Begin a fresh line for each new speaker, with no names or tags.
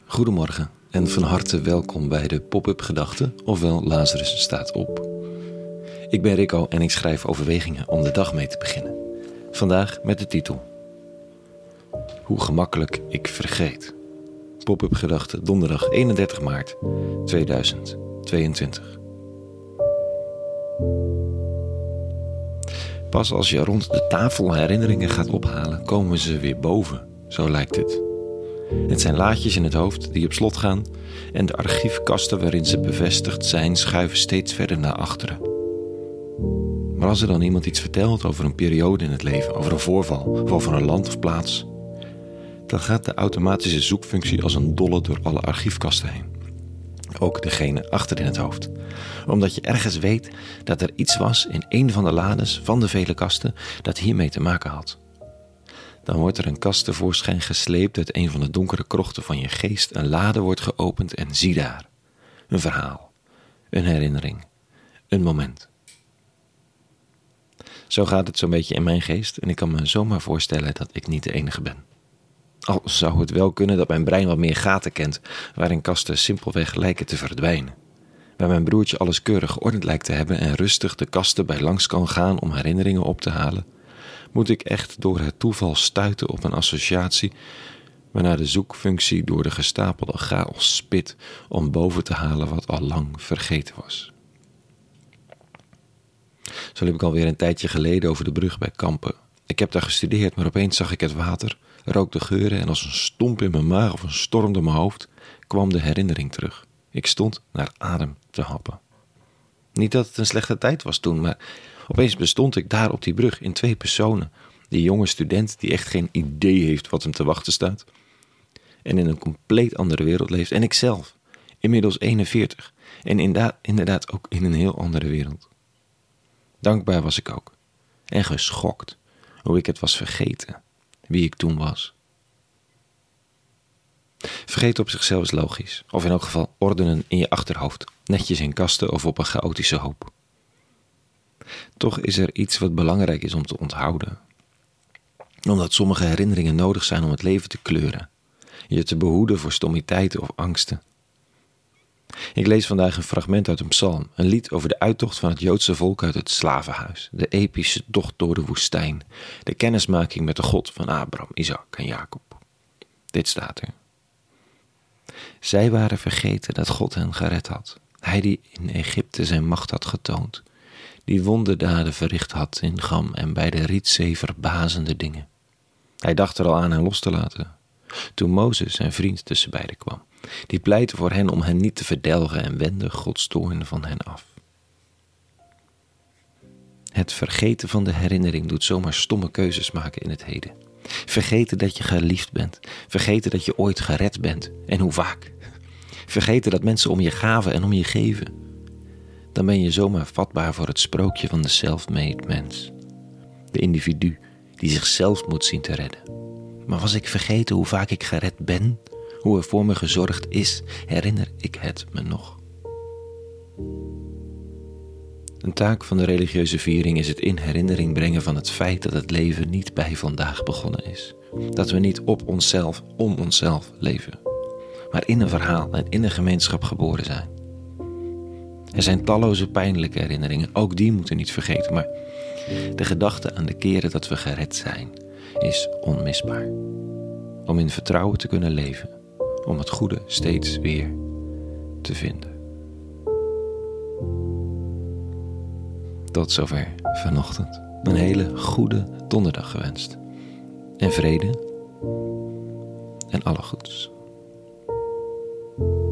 Goedemorgen en van harte welkom bij de Pop-up Gedachten, ofwel Lazarus staat op. Ik ben Rico en ik schrijf overwegingen om de dag mee te beginnen. Vandaag met de titel Hoe gemakkelijk ik vergeet. Pop-up Gedachten, donderdag 31 maart 2022. Pas als je rond de tafel herinneringen gaat ophalen, komen ze weer boven, zo lijkt het. Het zijn laadjes in het hoofd die op slot gaan en de archiefkasten waarin ze bevestigd zijn schuiven steeds verder naar achteren. Maar als er dan iemand iets vertelt over een periode in het leven, over een voorval of over een land of plaats, dan gaat de automatische zoekfunctie als een dolle door alle archiefkasten heen. Ook degene achter in het hoofd. Omdat je ergens weet dat er iets was in een van de lades van de vele kasten dat hiermee te maken had. Dan wordt er een kast tevoorschijn gesleept uit een van de donkere krochten van je geest. Een lade wordt geopend en zie daar. Een verhaal. Een herinnering. Een moment. Zo gaat het zo'n beetje in mijn geest en ik kan me zomaar voorstellen dat ik niet de enige ben. Al zou het wel kunnen dat mijn brein wat meer gaten kent, waarin kasten simpelweg lijken te verdwijnen. Waar mijn broertje alles keurig geordend lijkt te hebben en rustig de kasten bij langs kan gaan om herinneringen op te halen, moet ik echt door het toeval stuiten op een associatie, waarna de zoekfunctie door de gestapelde chaos spit om boven te halen wat al lang vergeten was. Zo liep ik alweer een tijdje geleden over de brug bij Kampen. Ik heb daar gestudeerd, maar opeens zag ik het water, rook de geuren en als een stomp in mijn maag of een storm door mijn hoofd kwam de herinnering terug. Ik stond naar adem te happen. Niet dat het een slechte tijd was toen, maar opeens bestond ik daar op die brug in 2 personen. Die jonge student die echt geen idee heeft wat hem te wachten staat en in een compleet andere wereld leeft. En ikzelf, inmiddels 41 en inderdaad ook in een heel andere wereld. Dankbaar was ik ook en geschokt hoe ik het was vergeten wie ik toen was. Vergeten op zichzelf is logisch, of in elk geval ordenen in je achterhoofd, netjes in kasten of op een chaotische hoop. Toch is er iets wat belangrijk is om te onthouden. Omdat sommige herinneringen nodig zijn om het leven te kleuren, je te behoeden voor stommiteiten of angsten. Ik lees vandaag een fragment uit een psalm, een lied over de uittocht van het Joodse volk uit het slavenhuis, de epische tocht door de woestijn, de kennismaking met de God van Abraham, Isaac en Jacob. Dit staat er. Zij waren vergeten dat God hen gered had, hij die in Egypte zijn macht had getoond, die wonderdaden verricht had in Gam en bij de Rietzee verbazende dingen. Hij dacht er al aan hen los te laten, toen Mozes zijn vriend tussen beiden kwam. Die pleitte voor hen om hen niet te verdelgen en wendde Gods toorn van hen af. Het vergeten van de herinnering doet zomaar stomme keuzes maken in het heden. Vergeten dat je geliefd bent. Vergeten dat je ooit gered bent. En hoe vaak. Vergeten dat mensen om je gaven en om je geven. Dan ben je zomaar vatbaar voor het sprookje van de self-made mens. De individu die zichzelf moet zien te redden. Maar was ik vergeten hoe vaak ik gered ben? Hoe er voor me gezorgd is, herinner ik het me nog. Een taak van de religieuze viering is het in herinnering brengen van het feit dat het leven niet bij vandaag begonnen is. Dat we niet op onszelf, om onszelf leven, maar in een verhaal en in een gemeenschap geboren zijn. Er zijn talloze pijnlijke herinneringen, ook die moeten niet vergeten, maar de gedachte aan de keren dat we gered zijn, is onmisbaar. Om in vertrouwen te kunnen leven, om het goede steeds weer te vinden. Tot zover vanochtend. Een hele goede donderdag gewenst. En vrede en alle goeds.